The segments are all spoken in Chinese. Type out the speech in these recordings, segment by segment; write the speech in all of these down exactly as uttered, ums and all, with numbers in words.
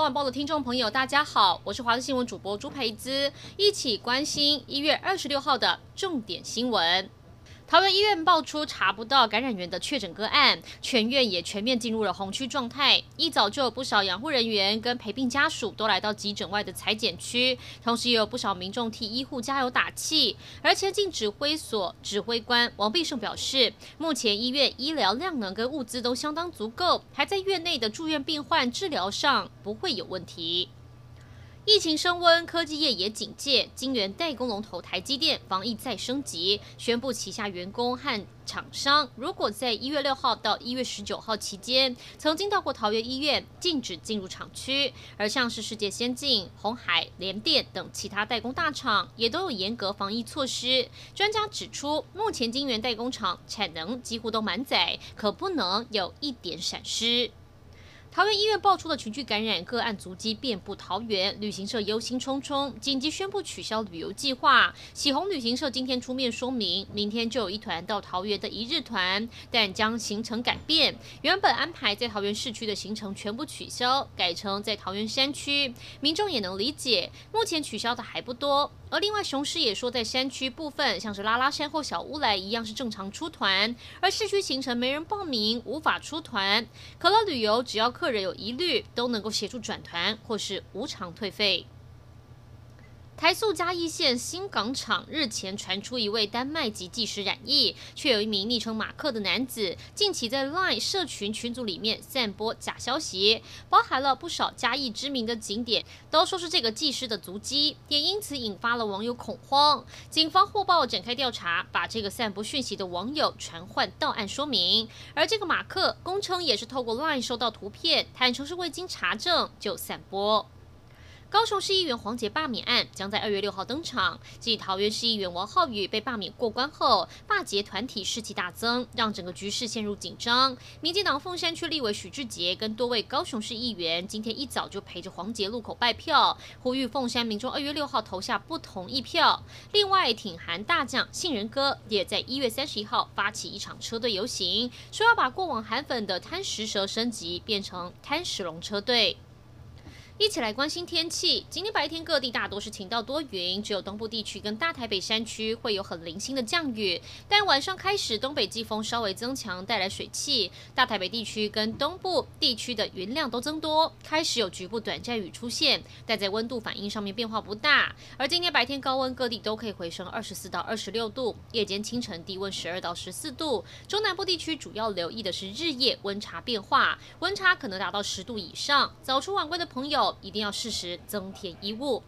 晚报的听众朋友，大家好，我是华视新闻主播朱培姿，一起关心一月二十六号的重点新闻。桃园医院爆出查不到感染源的确诊个案，全院也全面进入了红区状态。一早就有不少养护人员跟陪病家属都来到急诊外的采检区，同时也有不少民众替医护加油打气。而前进指挥所指挥官王必胜表示，目前医院医疗量能跟物资都相当足够，还在院内的住院病患治疗上不会有问题。疫情升温，科技业也警戒，晶圆代工龙头台积电防疫再升级，宣布旗下员工和厂商，如果在一月六号到一月十九号期间曾经到过桃园医院，禁止进入厂区。而像是世界先进、鸿海、联电等其他代工大厂，也都有严格防疫措施。专家指出，目前晶圆代工厂产能几乎都满载，可不能有一点闪失。桃园医院爆出的群聚感染个案足迹遍布桃园，旅行社忧心忡忡，紧急宣布取消旅游计划。喜鸿旅行社今天出面说明，明天就有一团到桃园的一日团，但将行程改变，原本安排在桃园市区的行程全部取消，改成在桃园山区。民众也能理解，目前取消的还不多。而另外，雄狮也说，在山区部分，像是拉拉山或小乌来一样是正常出团，而市区行程没人报名，无法出团。可乐旅游只要客人有疑虑，都能够协助转团或是无偿退费。台塑嘉义县新港厂日前传出一位丹麦籍技师染疫，却有一名昵称马克的男子近期在 LINE 社群群组里面散播假消息，包含了不少嘉义知名的景点，都说是这个技师的足迹，也因此引发了网友恐慌。警方获报展开调查，把这个散播讯息的网友传唤到案说明。而这个马克供称也是透过 LINE 收到图片，坦诚是未经查证就散播。高雄市议员黄捷罢免案将在二月六号登场。继桃园市议员王浩宇被罢免过关后，罢捷团体士气大增，让整个局势陷入紧张。民进党凤山区立委许志杰跟多位高雄市议员今天一早就陪着黄捷路口拜票，呼吁凤山民众二月六号投下不同意票。另外，挺韩大将杏仁哥也在一月三十一号发起一场车队游行，说要把过往韩粉的贪食蛇升级变成贪食龙车队。一起来关心天气。今天白天各地大多是晴到多云，只有东部地区跟大台北山区会有很零星的降雨。但晚上开始，东北季风稍微增强，带来水汽。大台北地区跟东部地区的云量都增多，开始有局部短暂雨出现，但在温度反应上面变化不大。而今天白天高温各地都可以回升二十四到二十六度，夜间清晨低温十二到十四度。中南部地区主要留意的是日夜温差变化，温差可能达到十度以上。早出晚归的朋友一定要适时增添衣物。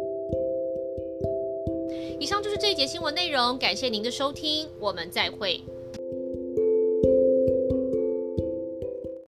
以上就是这一节新闻内容，感谢您的收听，我们再会。